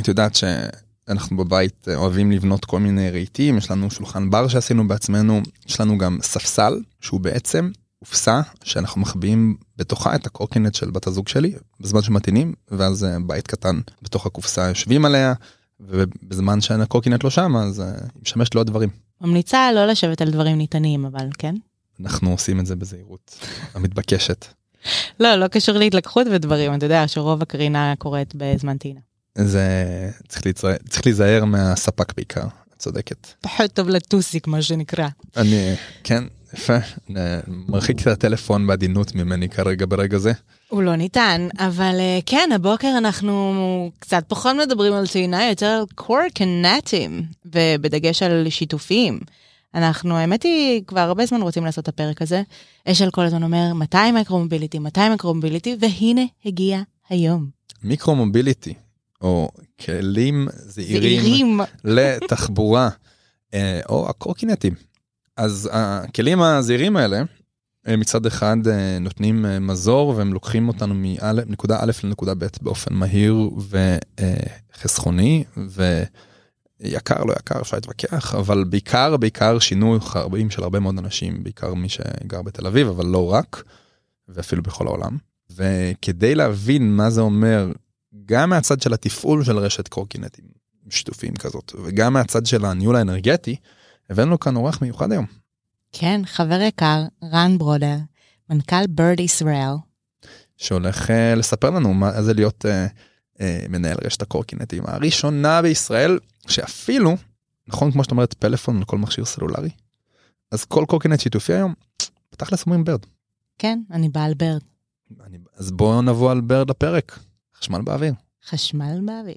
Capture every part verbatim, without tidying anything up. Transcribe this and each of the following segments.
יודעת שאנחנו בבית אוהבים לבנות כל מיני רהיטים, יש לנו שולחן בר שעשינו בעצמנו, יש לנו גם ספסל, שהוא בעצם קופסה שאנחנו מחביאים בתוכה את הקורקינט של בת הזוג שלי, בזמן שמתאינים, ואז בית קטן בתוך הקופסה יושבים עליה, ובזמן שהקורקינט לא שם, אז היא משמשת לו דברים. ממליצה לא לשבת על דברים ניתנים, אבל כן? אנחנו עושים את זה בזהירות, המתבקשת. לא, לא קשור להתלקחות ודברים, אתה יודע שרוב הקרינה קורית בזמן טעינה. זה, צריך להיזהר, צריך להיזהר מהספק בעיקר, צודקת. פחות טוב לטוסיק, מה שנקרא. אני, כן, יפה, מרחיק את הטלפון בעדינות ממני כרגע ברגע זה. הוא לא ניתן, אבל כן, הבוקר אנחנו קצת פחות מדברים על טעינה, יותר על קורקינטים, ובדגש על שיתופים. אנחנו, האמת היא, כבר הרבה זמן רוצים לעשות את הפרק הזה. אשל כל הזמן אומר, מתי מיקרו-מוביליטי, מתי מיקרו-מוביליטי, והנה הגיע היום. מיקרו-מוביליטי, או כלים זעירים לתחבורה, או הקורקינטים. אז הכלים הזעירים האלה, מצד אחד נותנים מזור, והם לוקחים אותנו מנקודה א' לנקודה ב' באופן מהיר וחסכוני, ויקר לא יקר, אפשר להתווכח, אבל בעיקר, בעיקר שינוי חרבים של הרבה מאוד אנשים, בעיקר מי שגר בתל אביב, אבל לא רק, ואפילו בכל העולם. וכדי להבין מה זה אומר, גם מהצד של התפעול של רשת קורקינטים שיתופיים כזאת, וגם מהצד של הניהול האנרגטי, הבאנו כאן אורח מיוחד היום. כן, חבר יקר, רן ברודר, מנכ"ל בירד ישראל. שהולך uh, לספר לנו מה זה להיות uh, uh, מנהל רשת הקורקינטים הראשונה בישראל, שאפילו, נכון כמו שאת אומרת, פלאפון לכל מכשיר סלולרי, אז כל קורקינט שיתופי היום, פתח לסומרים בירד. כן, אני באה על בירד. אני, אז בואו נבוא על בירד לפרק. חשמל באוויר. חשמל באוויר.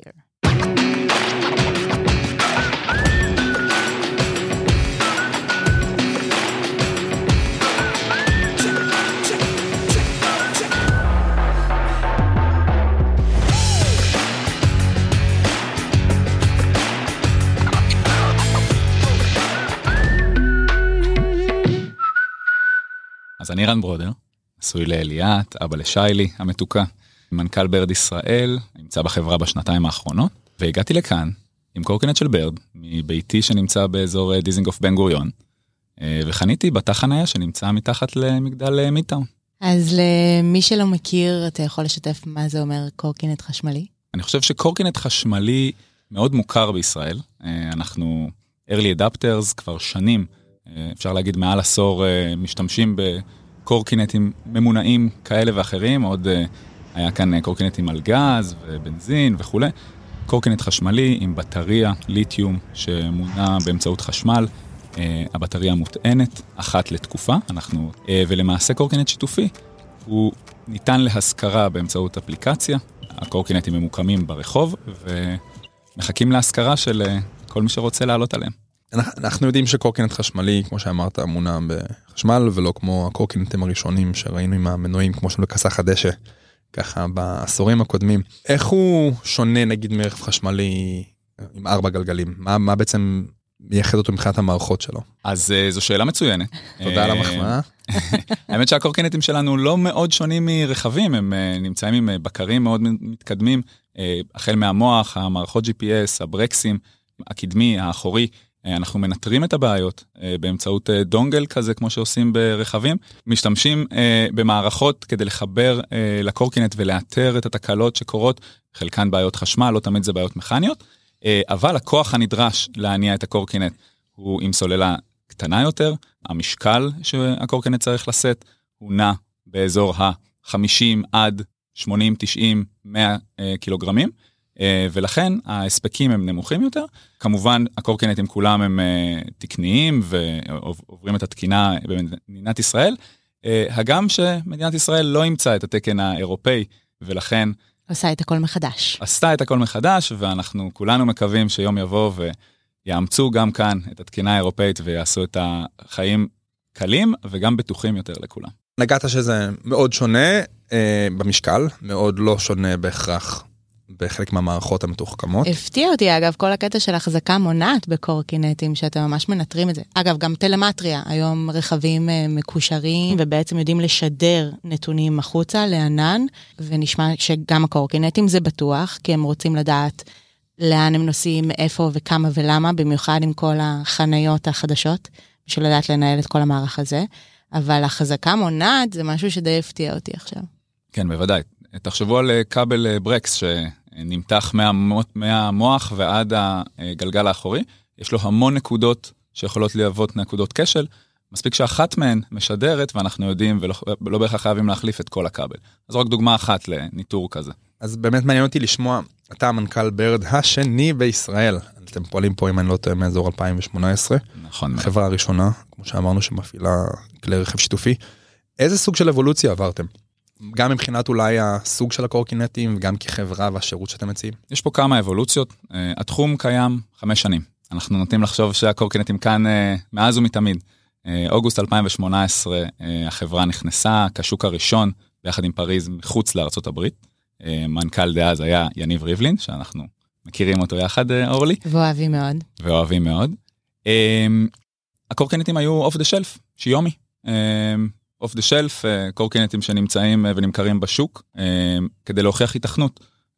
אז אני רן ברודר, נשוי לאליאת, אבא לשיילי, המתוקה, מנכ"ל בירד ישראל, נמצא בחברה בשנתיים האחרונות, והגעתי לכאן עם קורקינט של בירד, מביתי שנמצא באזור דיזינגוף בן גוריון, וחניתי בתא חניה שנמצא מתחת למגדל מידטאון. אז למי שלא מכיר, אתה יכול לשתף מה זה אומר קורקינט חשמלי? אני חושב שקורקינט חשמלי מאוד מוכר בישראל, אנחנו early adapters כבר שנים, אפשר להגיד מעל עשור משתמשים בקורקינטים ממונעים כאלה ואחרים, עוד היה כאן קורקינטים על גז ובנזין וכו'. קורקינט חשמלי עם בטריה ליתיום שמונע באמצעות חשמל, הבטריה מוטענת אחת לתקופה, אנחנו, ולמעשה קורקינט שיתופי הוא ניתן להשכרה באמצעות אפליקציה, הקורקינטים ממוקמים ברחוב ומחכים להשכרה של כל מי שרוצה לעלות עליהם. אנחנו יודעים שקורקינט חשמלי, כמו שאמרת, מונע בחשמל, ולא כמו הקורקינטים הראשונים שראינו עם המנועים, כמו שלו בכסח הדשא, ככה בעשורים הקודמים. איך הוא שונה, נגיד, מרכב חשמלי עם ארבע גלגלים? מה, מה בעצם מייחד אותו מבחינת המערכות שלו? אז זו שאלה מצוינת. תודה על המחמאה. האמת שהקורקינטים שלנו לא מאוד שונים מרכבים, הם נמצאים עם בקרים מאוד מתקדמים, החל מהמוח, המערכות ג'י פי אס, הברקסים, הקדמי, האחורי, אנחנו מנטרים את הבעיות באמצעות דונגל כזה, כמו שעושים ברכבים, משתמשים במערכות כדי לחבר לקורקינט ולאתר את התקלות שקורות, חלקן בעיות חשמל, לא תמיד זה בעיות מכניות, אבל הכוח הנדרש להניע את הקורקינט הוא עם סוללה קטנה יותר, המשקל שהקורקינט צריך לשאת הוא נע באזור ה-חמישים עד שמונים, תשעים, מאה קילוגרמים, ולכן ההספקים הם נמוכים יותר. כמובן, הקורקינטים כולם הם תקניים ועוברים את התקינה במדינת ישראל, הגם שמדינת ישראל לא ימצא את התקן האירופאי, ולכן עושה את הכל מחדש. עשתה את הכל מחדש, ואנחנו כולנו מקווים שיום יבוא ויאמצו גם כאן את התקינה האירופאית ויעשו את החיים קלים וגם בטוחים יותר לכולם. נגעת שזה מאוד שונה אה, במשקל, מאוד לא שונה בהכרח בחלק מהמערכות המתוחכמות. הפתיע אותי, אגב, כל הקטע של החזקה מונעת בקורקינטים, שאתם ממש מנטרים את זה. אגב, גם טלמטריה, היום רכבים מקושרים, ובעצם יודעים לשדר נתונים החוצה, לענן, ונשמע שגם הקורקינטים זה בטוח, כי הם רוצים לדעת לאן הם נוסעים, איפה וכמה ולמה, במיוחד עם כל החניות החדשות, בשביל לדעת לנהל את כל המערך הזה, אבל החזקה מונעת זה משהו שדי הפתיע אותי עכשיו. כן, בוודאי. תחשבו על כבל ברקס שנמתח מהמוח ועד הגלגל האחורי, יש לו המון נקודות שיכולות להוות נקודות כשל, מספיק שאחת מהן משדרת, ואנחנו יודעים ולא בהכרח חייבים להחליף את כל הכבל. אז רק דוגמה אחת לניטור כזה. אז באמת מעניין אותי לשמוע, אתה המנכ"ל ברד השני בישראל, אתם פועלים פה אם אני לא טועה מאזור אלפיים שמונה עשרה, נכון. חברה הראשונה, כמו שאמרנו שמפעילה כלי רכב שיתופי, איזה סוג של אבולוציה עברתם? גם מבחינת אולי הסוג של הקורקינטים, וגם כחברה והשירות שאתם מציעים? יש פה כמה אבולוציות, התחום קיים חמש שנים, אנחנו נוטים לחשוב שהקורקינטים כאן מאז ומתמיד, אוגוסט אלפיים שמונה עשרה החברה נכנסה כשוק הראשון, ביחד עם פריז מחוץ לארצות הברית, מנכ"ל דאז היה יניב ריבלין, שאנחנו מכירים אותו יחד, אורלי. ואוהבים מאוד. ואוהבים מאוד. הקורקינטים היו אוף דה שלף, שיומי. אוף דה שלף, קורקינטים שנמצאים ונמכרים בשוק, כדי להוכיח התכנות.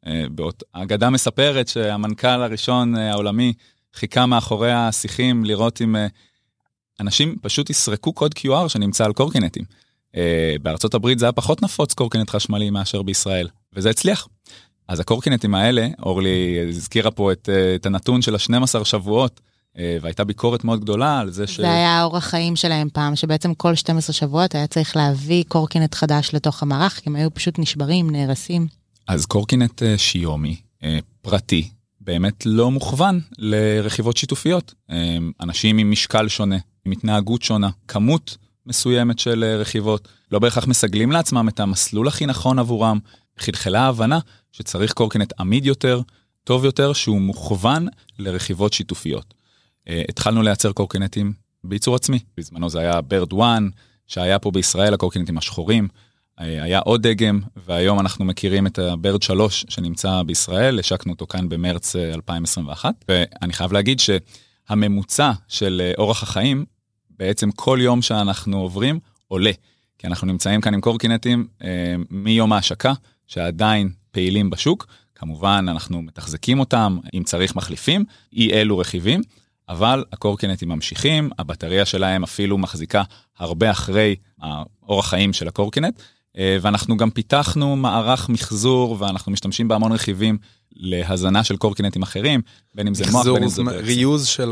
האגדה מספרת שהמנכ"ל הראשון העולמי חיכה מאחורי השיחים לראות אם אנשים פשוט יסרקו קוד קיו אר שנמצא על קורקינטים. בארצות הברית זה היה פחות נפוץ קורקינט חשמלי מאשר בישראל, וזה הצליח. אז הקורקינטים האלה, אורלי הזכירה פה את, את הנתון של ה-שנים עשר שבועות, והייתה ביקורת מאוד גדולה על זה ש... זה היה האורח חיים שלהם פעם, שבעצם כל שנים עשר שבועות היה צריך להביא קורקינט חדש לתוך המערך, כי הם היו פשוט נשברים, נהרסים. אז קורקינט שיומי, פרטי, באמת לא מוכוון לרכיבות שיתופיות. אנשים עם משקל שונה, עם התנהגות שונה, כמות מסוימת של רכיבות, לא בהכרח מסגלים לעצמם את המסלול הכי נכון עבורם, חלחלה ההבנה שצריך קורקינט עמיד יותר, טוב יותר, שהוא מוכוון לרכיבות שיתופיות. התחלנו לייצר קורקינטים בייצור עצמי, בזמנו זה היה ברד אחת, שהיה פה בישראל הקורקינטים השחורים, היה עוד דגם, והיום אנחנו מכירים את הברד שלוש שנמצא בישראל, השקנו אותו כאן במרץ אלפיים עשרים ואחת, ואני חייב להגיד שהממוצע של אורח החיים, בעצם כל יום שאנחנו עוברים עולה, כי אנחנו נמצאים כאן עם קורקינטים אה, מיום ההשקה, שעדיין פעילים בשוק, כמובן אנחנו מתחזקים אותם, אם צריך מחליפים, אי אלו רכיבים, אבל הקורקינטים ממשיכים, הבטריה שלהם אפילו מחזיקה הרבה אחרי האורח חיים של הקורקינט, אה, ואנחנו גם פיתחנו מערך מחזור, ואנחנו משתמשים בהמון רכיבים, להזנה של קורקינטים אחרים, בין אם זה מוח, בין אם זה ברקס. ריוז של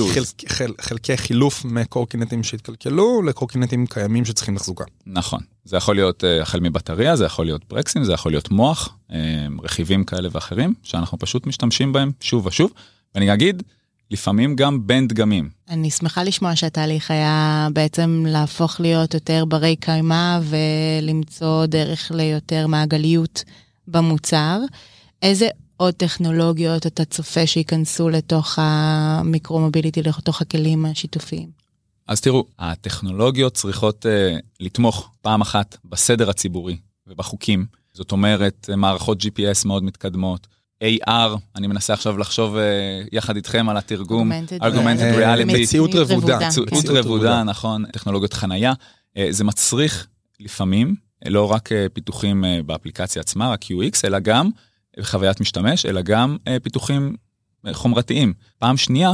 חלקי חילוף מקורקינטים שהתקלקלו, לקורקינטים קיימים שצריכים לחזוקה. נכון. זה יכול להיות החל מבטריה, זה יכול להיות ברקסים, זה יכול להיות מוח, רכיבים כאלה ואחרים, שאנחנו פשוט משתמשים בהם שוב ושוב. ואני אגיד, לפעמים גם בין דגמים. אני שמחה לשמוע שהתהליך היה בעצם להפוך להיות יותר ברי קיימה, ולמצוא דרך ליותר מעגליות במוצר. איזה עוד טכנולוגיות אתה צופה שיכנסו לתוך המיקרו-מוביליטי, לתוך הכלים השיתופיים? אז תראו, הטכנולוגיות צריכות uh, לתמוך פעם אחת בסדר הציבורי ובחוקים. זאת אומרת, מערכות ג'י פי אס מאוד מתקדמות. איי אר, אני מנסה עכשיו לחשוב uh, יחד איתכם על התרגום. Augmented Reality. מציאות רבודה. מציאות רבודה, נכון. טכנולוגיות חנייה. Uh, זה מצריך לפעמים, לא רק uh, פיתוחים uh, באפליקציה עצמה, רק יו אקס, אלא גם חוויית משתמש, אלא גם uh, פיתוחים חומרתיים. פעם שנייה,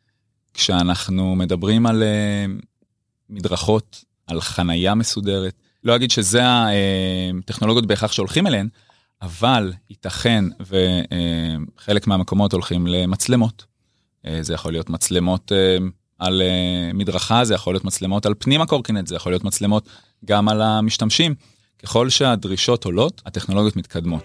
כשאנחנו מדברים על uh, מדרכות, על חנייה מסודרת, לא אגיד שזה הטכנולוגיות בהכרח שהולכים אליהן, אבל ייתכן וחלק uh, מהמקומות הולכים למצלמות. Uh, זה יכול להיות מצלמות uh, על uh, מדרכה, זה יכול להיות מצלמות על פנים הקורקינט, זה יכול להיות מצלמות גם על המשתמשים. ככל שהדרישות עולות, הטכנולוגיות מתקדמות.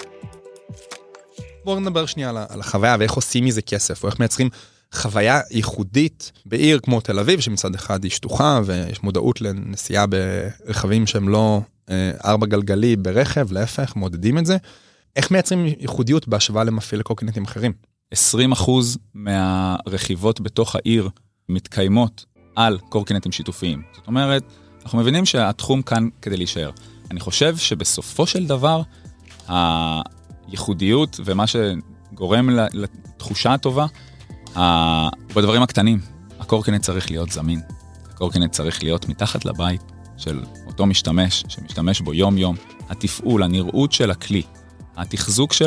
בואו נדבר שנייה על, על החוויה ואיך עושים מזה כסף, או איך מייצרים חוויה ייחודית בעיר כמו תל אביב, שמצד אחד היא שטוחה, ויש מודעות לנסיעה ברכבים שהם לא אה, ארבע גלגלי ברכב, להפך, מודדים את זה. איך מייצרים ייחודיות בהשוואה למפעיל לקורקינטים אחרים? עשרים אחוז מהרכיבות בתוך העיר מתקיימות על קורקינטים שיתופיים. זאת אומרת, אנחנו מבינים שהתחום כאן כדי להישאר. אני חושב שבסופו של דבר, הייחודיות ומה שגורם לתחושה הטובה, בדברים הקטנים, הקורקינט צריך להיות זמין. הקורקינט צריך להיות מתחת לבית של אותו משתמש, שמשתמש בו יום יום. התפעול, הנראות של הכלי, התחזוק שלו,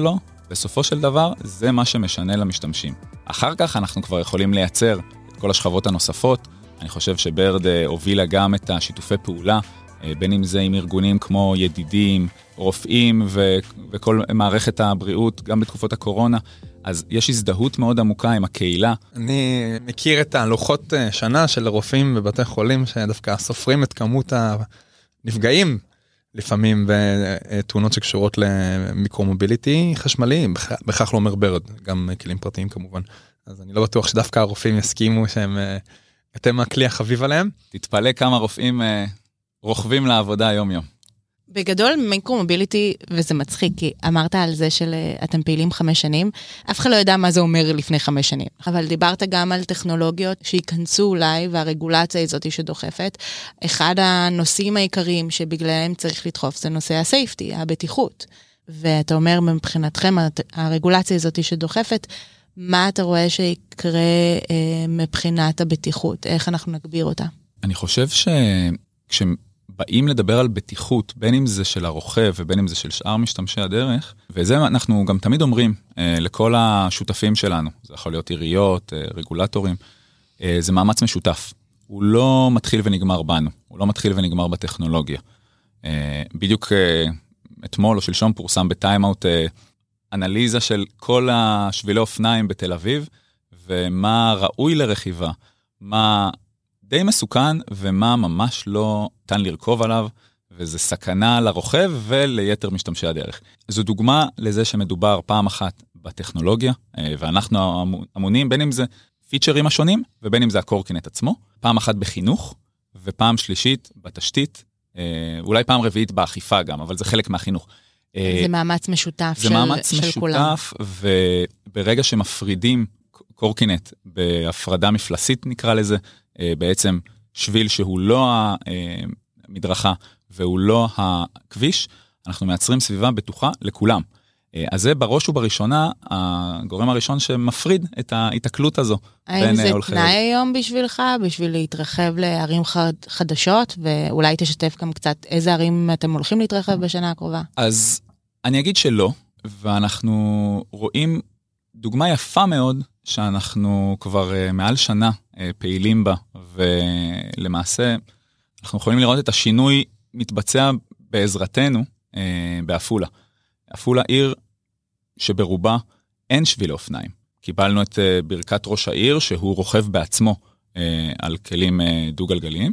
בסופו של דבר, זה מה שמשנה למשתמשים. אחר כך אנחנו כבר יכולים לייצר את כל השכבות הנוספות. אני חושב שברד הובילה גם את השיתופי פעולה, בין אם זה עם ארגונים כמו ידידים, רופאים ו- וכל מערכת הבריאות, גם בתקופות הקורונה. אז יש הזדהות מאוד עמוקה עם הקהילה. אני מכיר את הלוחות שנה של רופאים בבתי חולים, שדווקא סופרים את כמות הנפגעים, לפעמים בתאונות שקשורות למיקרו-מוביליטי חשמלי, בכך לא אומר ברד, גם כלים פרטיים כמובן. אז אני לא בטוח שדווקא הרופאים יסכימו שהם, אתם הכלי החביב עליהם. תתפלא כמה רופאים רוכבים לעבודה יום-יום. בגדול מיקרו-מוביליטי, וזה מצחיק, כי אמרת על זה של אתם פעילים חמש שנים, אף אחד לא יודע מה זה אומר לפני חמש שנים, אבל דיברת גם על טכנולוגיות שיכנסו אולי, והרגולציה הזאת שדוחפת. אחד הנושאים העיקריים שבגללם צריך לדחוף, זה נושא הסייפטי, הבטיחות. ואתה אומר, מבחינתכם, הרגולציה הזאת שדוחפת, מה אתה רואה שיקרה אה, מבחינת הבטיחות? איך אנחנו נגביר אותה? אני חושב שכש... באים לדבר על בטיחות, בין אם זה של הרוכב ובין אם זה של שאר משתמשי הדרך, וזה אנחנו גם תמיד אומרים אה, לכל השותפים שלנו, זה יכול להיות עיריות, אה, רגולטורים, אה, זה מאמץ משותף. הוא לא מתחיל ונגמר בנו, הוא לא מתחיל ונגמר בטכנולוגיה. אה, בדיוק אה, אתמול או שלשום פורסם בטיימאוט אה, אנליזה של כל השבילי אופניים בתל אביב, ומה ראוי לרכיבה, מה די מסוכן ומה ממש לא ניתן לרכוב עליו, וזה סכנה לרוכב וליתר משתמשי הדרך. זו דוגמה לזה שמדובר פעם אחת בטכנולוגיה, ואנחנו אמונים בין אם זה פיצ'רים השונים, ובין אם זה הקורקינט עצמו, פעם אחת בחינוך, ופעם שלישית בתשתית, אולי פעם רביעית באכיפה גם, אבל זה חלק מהחינוך. זה מאמץ משותף של, זה מאמץ של כולם. משותף, וברגע שמפרידים קורקינט בהפרדה מפלסית נקרא לזה, בעצם שביל שהוא לא המדרכה והוא לא הכביש, אנחנו מייצרים סביבה בטוחה לכולם. אז זה בראש ובראשונה הגורם הראשון שמפריד את ההתקלות הזו. האם זה תנאי היום בשבילך, בשביל להתרחב לערים חדשות, ואולי תשתף גם קצת איזה ערים אתם הולכים להתרחב בשנה הקרובה? אז אני אגיד שלא, ואנחנו רואים דוגמה יפה מאוד, שאנחנו כבר מעל שנה פעילים בה, ולמעשה אנחנו יכולים לראות את השינוי מתבצע בעזרתנו באפולה. אפולה עיר שברובה אין שביל אופניים. קיבלנו את ברכת ראש העיר שהוא רוכב בעצמו על כלים דו-גלגליים,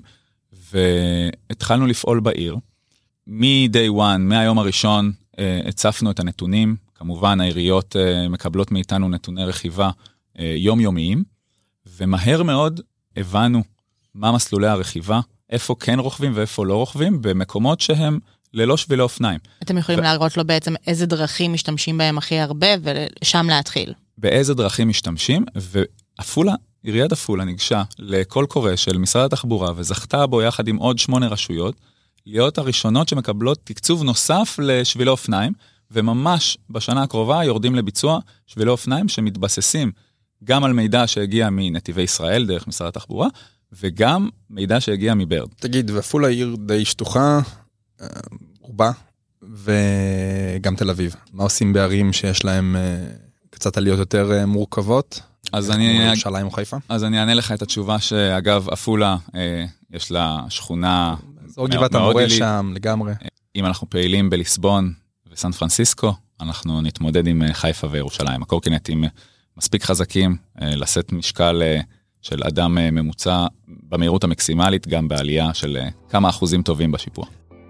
והתחלנו לפעול בעיר. מ-day one, מהיום הראשון, הצפנו את הנתונים, כמובן העיריות מקבלות מאיתנו נתוני רכיבה יומיומיים, ומהר מאוד הבנו מה מסלולי הרכיבה, איפה כן רוכבים ואיפה לא רוכבים, במקומות שהם ללא שבילי אופניים. אתם יכולים ו... להראות לו בעצם איזה דרכים משתמשים בהם הכי הרבה, ושם להתחיל. באיזה דרכים משתמשים, ואפולה, עיריית אפולה ניגשה לכל קורא של משרד התחבורה, וזכתה בו יחד עם עוד שמונה רשויות, להיות הראשונות שמקבלות תקצוב נוסף לשבילי אופניים, וממש בשנה הקרובה יורדים לביצוע שבילי אופניים שמתבססים גם על מידע שהגיע מנתיבי ישראל דרך משרד התחבורה, וגם מידע שהגיע מברד. תגיד, ואפולה עיר די שטוחה, רובה, וגם תל אביב. מה עושים בערים שיש להם קצת עליות יותר מורכבות? אז אני... ירושלים או חיפה? אז אני אענה לך את התשובה שאגב, אפולה יש לה שכונה זו גבעת המורה שם לגמרי. אם אנחנו פעילים בליסבון וסן פרנסיסקו, אנחנו נתמודד עם חיפה וירושלים. הקורקינטים מספיק חזקים, לשאת משקל של אדם ממוצע במהירות המקסימלית, גם בעלייה של כמה אחוזים טובים בשיפוע.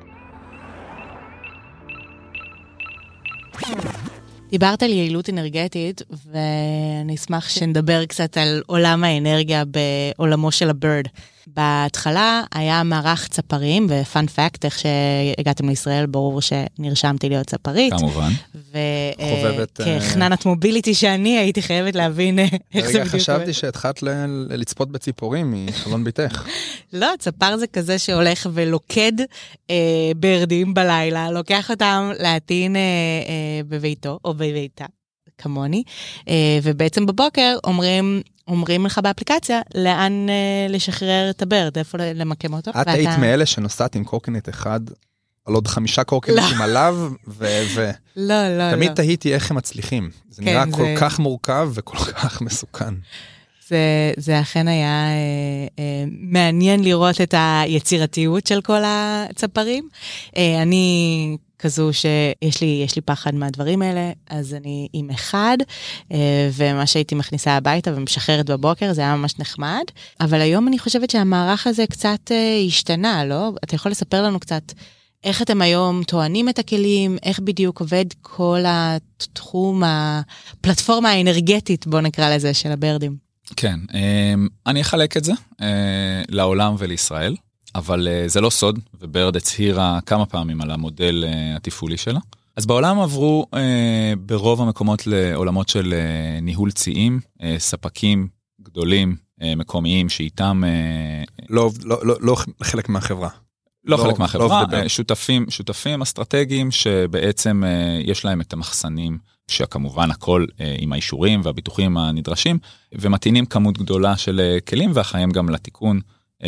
דיברת על יעילות אנרגטית, ואני אשמח שנדבר קצת על עולם האנרגיה בעולמו של הברד. בהתחלה היה מערך צפרים, ופאנ פאקט, איך שהגעתם לישראל, ברור שנרשמתי להיות צפרית. כמובן. וכחננת מוביליטי שאני הייתי חייבת להבין איך זה בדיוק. רגע, חשבתי שהתחלת לצפות בציפורים מחלון ביתך. לא, צפר זה כזה שהולך ולוקד ברדים בלילה, לוקח אותם להטעין בביתו או בביתה, כמוני, ובעצם בבוקר אומרים... אומרים לך באפליקציה, לאן אה, לשחרר את הברד, איפה למקם אותו. את היית מאלה שנוסעת עם קורקינט אחד על עוד חמישה קורקינטים עליו, ו... לא, לא, לא. תמיד תהיתי איך הם מצליחים. זה נראה כל כך מורכב וכל כך מסוכן. זה, זה אכן היה אה, אה, מעניין לראות את היצירתיות של כל הצפרים. אה, אני כזו שיש לי, יש לי פחד מהדברים האלה, אז אני עם אחד, אה, ומה שהייתי מכניסה הביתה ומשחררת בבוקר, זה היה ממש נחמד. אבל היום אני חושבת שהמערך הזה קצת אה, השתנה, לא? אתה יכול לספר לנו קצת איך אתם היום טוענים את הכלים, איך בדיוק עובד כל התחום, הפלטפורמה האנרגטית, בוא נקרא לזה, של הברדים. כן, אני אחלק את זה לעולם ולישראל, אבל זה לא סוד, וברד הצהירה כמה פעמים על המודל התפעולי שלה. אז בעולם עברו ברוב המקומות לעולמות של ניהול ציים, ספקים גדולים, מקומיים, שאיתם... לא, לא, לא, לא חלק מהחברה. לא, לא חלק מהחברה, לא שותפים, שותפים אסטרטגיים שבעצם יש להם את המחסנים, שכמובן הכל עם האישורים והביטוחים הנדרשים, ומתאינים כמות גדולה של כלים, ואחראים גם לתיקון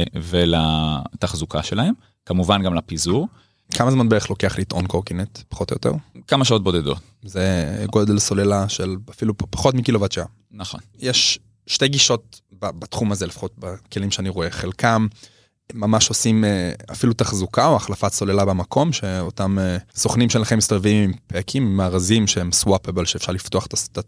ולתחזוקה שלהם, כמובן גם לפיזור. כמה זמן בערך לוקח לטעון קורקינט, פחות או יותר? כמה שעות בודדות. זה גודל סוללה של אפילו פחות מקילוואט שעה. נכון. יש שתי גישות בתחום הזה, לפחות בכלים שאני רואה, חלקם ממש עושים אפילו תחזוקה או החלפת סוללה במקום, שאותם סוכנים שלכם מסתובבים עם פקים, עם מארזים שהם סוואפבל, שאפשר לפתוח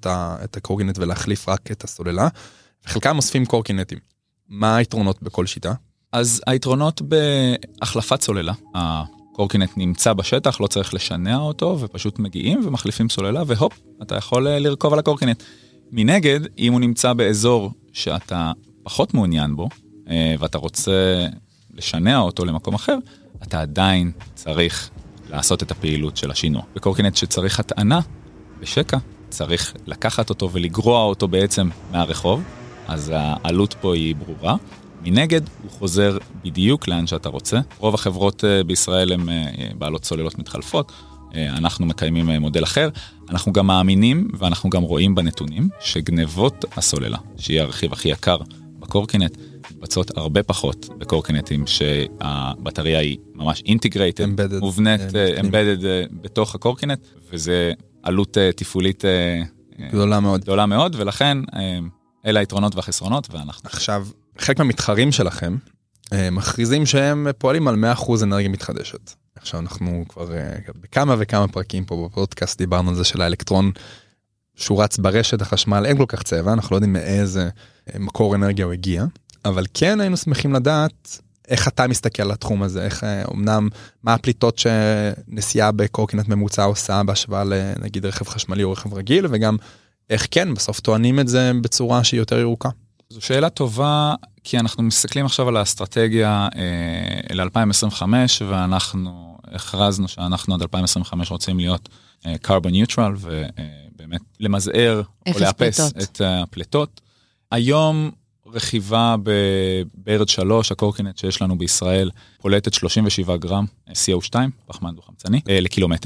את הקורקינט ולהחליף רק את הסוללה, וחלקם אוספים קורקינטים. מה היתרונות בכל שיטה? אז היתרונות בהחלפת סוללה, הקורקינט נמצא בשטח, לא צריך לשנע אותו, ופשוט מגיעים ומחליפים סוללה, והופ, אתה יכול לרכוב על הקורקינט. מנגד, אם הוא נמצא באזור שאתה פחות מעוניין בו, ואתה רוצה לשנע אותו למקום אחר, אתה עדיין צריך לעשות את הפעילות של השינוע. בקורקינט שצריך הטענה, בשקע, צריך לקחת אותו ולגרוע אותו בעצם מהרחוב, אז העלות פה היא ברורה. מנגד, הוא חוזר בדיוק לאן שאתה רוצה. רוב החברות בישראל הן בעלות סוללות מתחלפות, אנחנו מקיימים מודל אחר, אנחנו גם מאמינים ואנחנו גם רואים בנתונים שגנבות הסוללה, שהיא הרכיב הכי יקר בקורקינט, מתבצעות הרבה פחות בקורקינטים שהבטריה היא ממש אינטגרייטד, מובנית, אמבדד בתוך הקורקינט, וזה עלות תפעולית גדולה מאוד. גדולה מאוד, ולכן אלה היתרונות והחסרונות, ואנחנו... עכשיו, חלק מהמתחרים שלכם, מכריזים שהם פועלים על מאה אחוז אנרגיה מתחדשת. עכשיו אנחנו כבר בכמה וכמה פרקים פה בפודקאסט דיברנו על זה של האלקטרון, שהוא רץ ברשת החשמל, אין כל כך צבע, אנחנו לא יודעים מאיזה מקור אנרגיה הוא הגיע, אבל כן היינו שמחים לדעת איך אתה מסתכל על התחום הזה, איך אמנם, מה הפליטות שנסיעה בקורקינט ממוצע עושה בהשוואה לנגיד רכב חשמלי או רכב רגיל, וגם איך כן, בסוף טוענים את זה בצורה שהיא יותר ירוקה. זו שאלה טובה, כי אנחנו מסתכלים עכשיו על האסטרטגיה ל-אלפיים עשרים וחמש, ואנחנו הכרזנו שאנחנו עד אלפיים עשרים וחמש רוצים להיות carbon neutral, ובאמת למזער או לאפס את הפליטות. היום רכיבה בברד שלוש, הקורקינט שיש לנו בישראל, פולטת שלושים ושבעה גרם סי או שתיים, פחמן דו-חמצני, לקילומטר.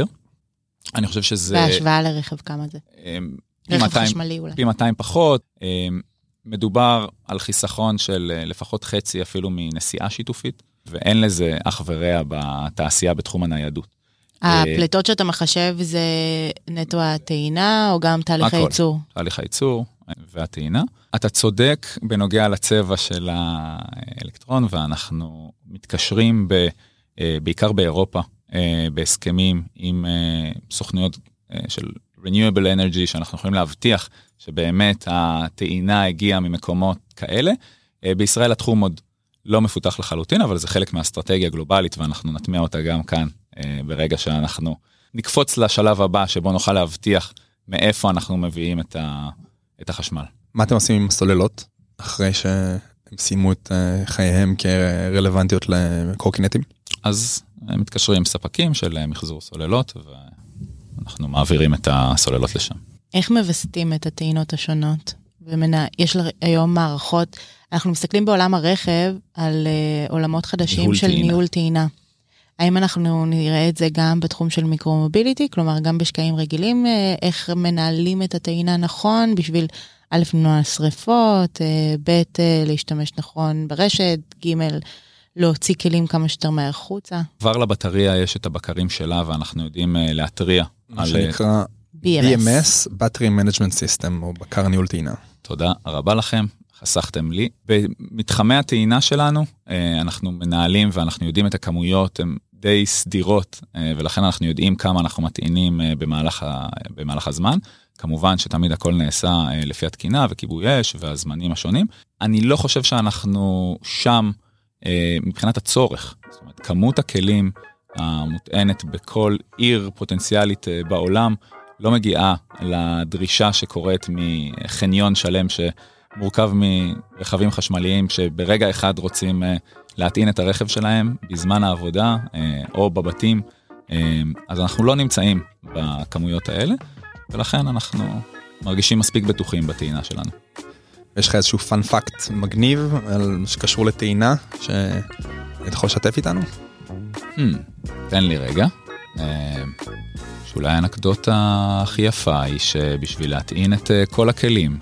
אני חושב שזה... בהשוואה לרכב כמה זה? רכב חשמלי אולי. פי מאתיים פחות. מדובר על חיסכון של לפחות חצי אפילו מנסיעה שיתופית, ואין לזה אח ורע בתעשייה בתחום הניידות. הפליטות שאתה מחשב זה נטו הטעינה, או גם תהליך הייצור? תהליך הייצור והטעינה. אתה צודק בנוגע לצבע של האלקטרון, ואנחנו מתקשרים ב, בעיקר באירופה, בהסכמים עם סוכנויות של renewable energy, שאנחנו יכולים להבטיח שבאמת הטעינה הגיעה ממקומות כאלה. בישראל התחום עוד לא מפותח לחלוטין, אבל זה חלק מהאסטרטגיה הגלובלית, ואנחנו נטמיע אותה גם כאן, ברגע שאנחנו נקפוץ לשלב הבא, שבו נוכל להבטיח מאיפה אנחנו מביאים את, ה, את החשמל. מה אתם עושים עם הסוללות, אחרי שהם סיימו את חייהם כרלוונטיות לקורקינטים? אז הם מתקשרים עם ספקים של מחזור סוללות, ואנחנו מעבירים את הסוללות לשם. איך מבסטים את הטעינות השונות? ומנה, יש היום מערכות, אנחנו מסתכלים בעולם הרכב על uh, עולמות חדשים ניהול של תאינה. ניהול טעינה. האם אנחנו נראה את זה גם בתחום של מיקרו-מוביליטי, כלומר גם בשקעים רגילים, uh, איך מנהלים את הטעינה נכון, בשביל א', למנוע שריפות, uh, ב', uh, להשתמש נכון ברשת, ג', להוציא כלים כמה שיותר מהר חוצה. כבר לבטריה יש את הבקרים שלה, ואנחנו יודעים להתריע. מה שנקרא בי אם אס, Battery Management System, או בקר ניהול טעינה. תודה רבה לכם, חסכתם לי. במתחמי הטעינה שלנו, אנחנו מנהלים ואנחנו יודעים את הכמויות, הן די סדירות, ולכן אנחנו יודעים כמה אנחנו מטעינים במהלך, ה, במהלך הזמן. כמובן שתמיד הכל נעשה לפי התקינה וכיבוי אש והזמנים השונים. אני לא חושב שאנחנו שם מבחינת הצורך. זאת אומרת, כמות הכלים המוטענת בכל עיר פוטנציאלית בעולם לא מגיעה לדרישה שקורית מחניון שלם שמורכב מרכבים חשמליים שברגע אחד רוצים להטעין את הרכב שלהם בזמן העבודה או בבתים. אז אנחנו לא נמצאים בכמויות האלה, ולכן אנחנו מרגישים מספיק בטוחים בטעינה שלנו. יש לך איזשהו פן פקט מגניב על שקשור לטעינה שאתה יכול לשתף איתנו? Hmm, תן לי רגע. שאולי האנקדוטה הכי יפה היא שבשביל להטעין את כל הכלים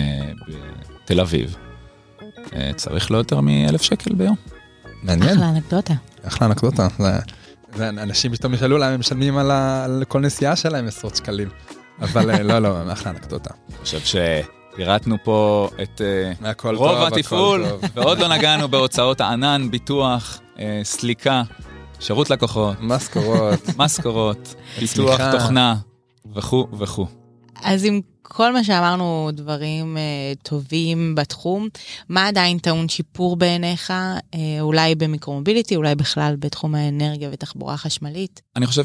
בתל אביב, צריך לא יותר מאלף שקל ביום. מעניין. אחלה אנקדוטה. אחלה אנקדוטה. אנשים פתאום ישאלו להם, הם משלמים על כל נסיעה שלהם עשרות שקלים. אבל לא, לא, אחלה אנקדוטה. אני חושב שפירטנו פה את רוב התפעול, ועוד לא נגענו בהוצאות הענן, ביטוח, סליקה, שירות לקוחות. משכורות. משכורות, פיתוח תוכנה, וכו' וכו'. אז עם כל מה שאמרנו דברים uh, טובים בתחום, מה עדיין טעון שיפור בעיניך, uh, אולי במיקרומוביליטי, אולי בכלל בתחום האנרגיה ותחבורה חשמלית? אני חושב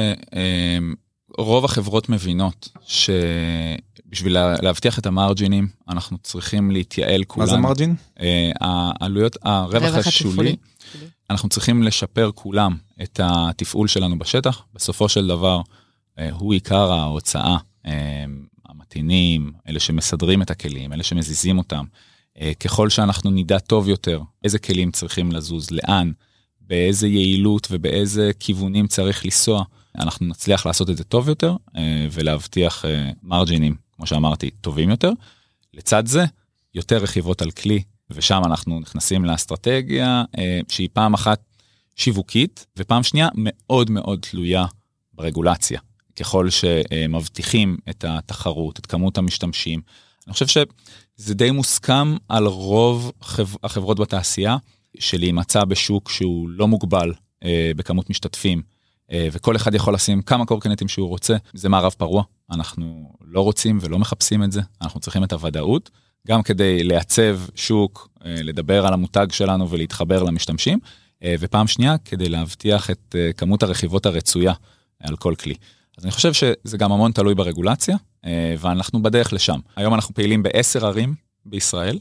שרוב uh, החברות מבינות שבשביל להבטיח את המרג'ינים, אנחנו צריכים להתייעל כולם. מה זה מרג'ין? Uh, העלויות, הרווח השולי, אנחנו צריכים לשפר כולם את התפעול שלנו בשטח, בסופו של דבר uh, הוא עיקר ההוצאה, uh, המתינים, אלה שמסדרים את הכלים, אלה שמזיזים אותם, ככל שאנחנו נדע טוב יותר איזה כלים צריכים לזוז, לאן, באיזה יעילות ובאיזה כיוונים צריך לנסוע, אנחנו נצליח לעשות את זה טוב יותר, ולהבטיח מרג'ינים, כמו שאמרתי, טובים יותר. לצד זה, יותר רכיבות על כלי, ושם אנחנו נכנסים לאסטרטגיה, שהיא פעם אחת שיווקית, ופעם שנייה מאוד מאוד תלויה ברגולציה. ככל שמבטיחים את התחרות, את כמות המשתמשים. אני חושב שזה די מוסכם על רוב החברות בתעשייה, שלהימצא בשוק שהוא לא מוגבל בכמות משתתפים, וכל אחד יכול לשים כמה קורקינטים שהוא רוצה. זה מערב פרוע, אנחנו לא רוצים ולא מחפשים את זה, אנחנו צריכים את הוודאות, גם כדי לייצב שוק, לדבר על המותג שלנו ולהתחבר למשתמשים, ופעם שנייה כדי להבטיח את כמות הרכיבות הרצויה על כל כלי. אז אני חושב שזה גם המון תלוי ברגולציה, ואנחנו בדרך לשם. היום אנחנו פעילים בעשר ערים בישראל,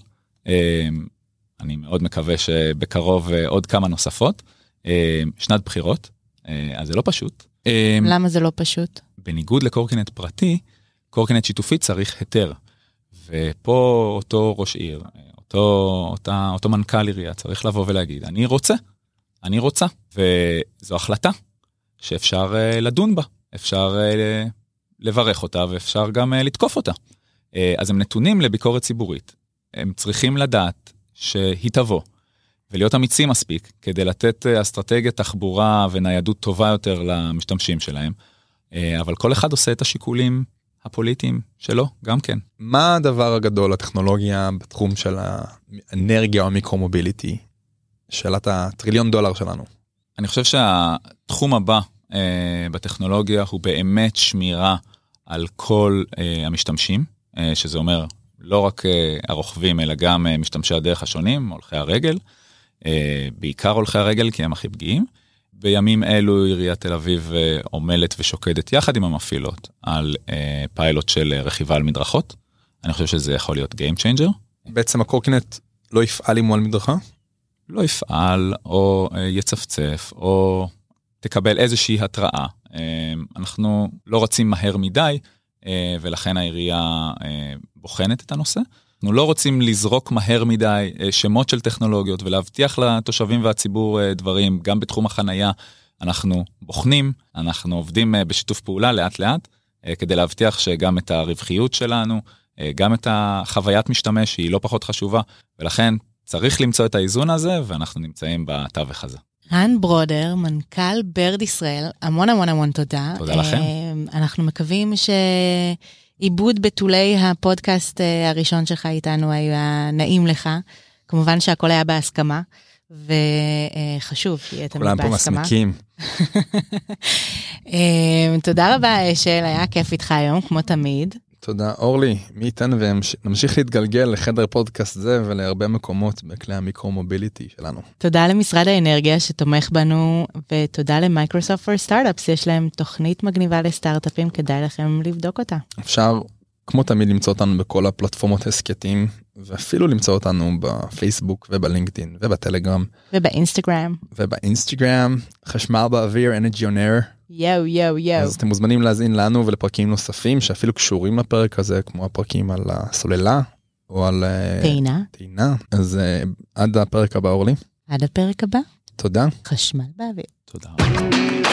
אני מאוד מקווה שבקרוב עוד כמה נוספות, שנת בחירות, אז זה לא פשוט. למה זה לא פשוט? בניגוד לקורקינט פרטי, קורקינט שיתופי צריך היתר, ופה אותו ראש עיר, אותו, אותה, אותו מנכ"ל עירייה צריך לבוא ולהגיד, אני רוצה, אני רוצה, וזו החלטה שאפשר לדון בה. אפשר לברך אותה, ואפשר גם לתקוף אותה. אז הם נתונים לביקורת ציבורית. הם צריכים לדעת שהיא תבוא, ולהיות אמיצים מספיק, כדי לתת אסטרטגיית תחבורה וניידות טובה יותר למשתמשים שלהם. אבל כל אחד עושה את השיקולים הפוליטיים שלו, גם כן. מה הדבר הגדול, הטכנולוגיה, בתחום של האנרגיה או המיקרומוביליטי? שאלת הטריליון דולר שלנו. אני חושב שהתחום הבא, בטכנולוגיה הוא באמת שמירה על כל המשתמשים, שזה אומר לא רק הרוכבים, אלא גם משתמשי הדרך השונים, הולכי הרגל, בעיקר הולכי הרגל, כי הם הכי פגיעים. בימים אלו עיריית תל אביב עומלת ושוקדת יחד עם המפעילות על פיילוט של רכיבה על מדרכות. אני חושב שזה יכול להיות Game Changer. בעצם הקורקינט לא יפעל אם הוא על מדרכה? לא יפעל, או יצפצף, או תקבל איזושהי התראה. אנחנו לא רצים מהר מדי, ולכן העירייה בוחנת את הנושא. אנחנו לא רוצים לזרוק מהר מדי שמות של טכנולוגיות, ולהבטיח לתושבים והציבור דברים, גם בתחום החנייה אנחנו בוחנים, אנחנו עובדים בשיתוף פעולה לאט לאט, כדי להבטיח שגם את הרווחיות שלנו, גם את החוויית משתמש, שהיא לא פחות חשובה, ולכן צריך למצוא את האיזון הזה, ואנחנו נמצאים בתווך הזה. רן ברודר, מנכ"ל ברד ישראל, המון המון המון תודה. תודה לכם. אנחנו מקווים שעיבוד בתולי הפודקאסט הראשון שלך איתנו היה נעים לך. כמובן שהכל היה בהסכמה, וחשוב שיהיה תמיד בהסכמה. כולם פה מסמיקים. תודה רבה, אשל, היה כיף איתך היום, כמו תמיד. תודה, אורלי, מי איתן ונמשיך להתגלגל לחדר פודקאסט זה ולהרבה מקומות בכלי המיקרו-מוביליטי שלנו. תודה למשרד האנרגיה שתומך בנו, ותודה למייקרוסופט פור סטארט-אפס, יש להם תוכנית מגניבה לסטארט-אפים, כדאי לכם לבדוק אותה. אפשר, כמו תמיד, למצוא אותנו בכל הפלטפורמות הסקטים, ואפילו למצוא אותנו בפייסבוק ובלינקדין ובטלגרם. ובאינסטגרם. ובאינסטגרם, חשמל באוויר, Energy on Air. יו, יו, יו. אז אתם מוזמנים להזין לנו ולפרקים נוספים שאפילו קשורים לפרק הזה, כמו הפרקים על הסוללה, או על טעינה. טעינה. אז עד הפרק הבא, אורלי. עד הפרק הבא. תודה. חשמל באוויר. תודה.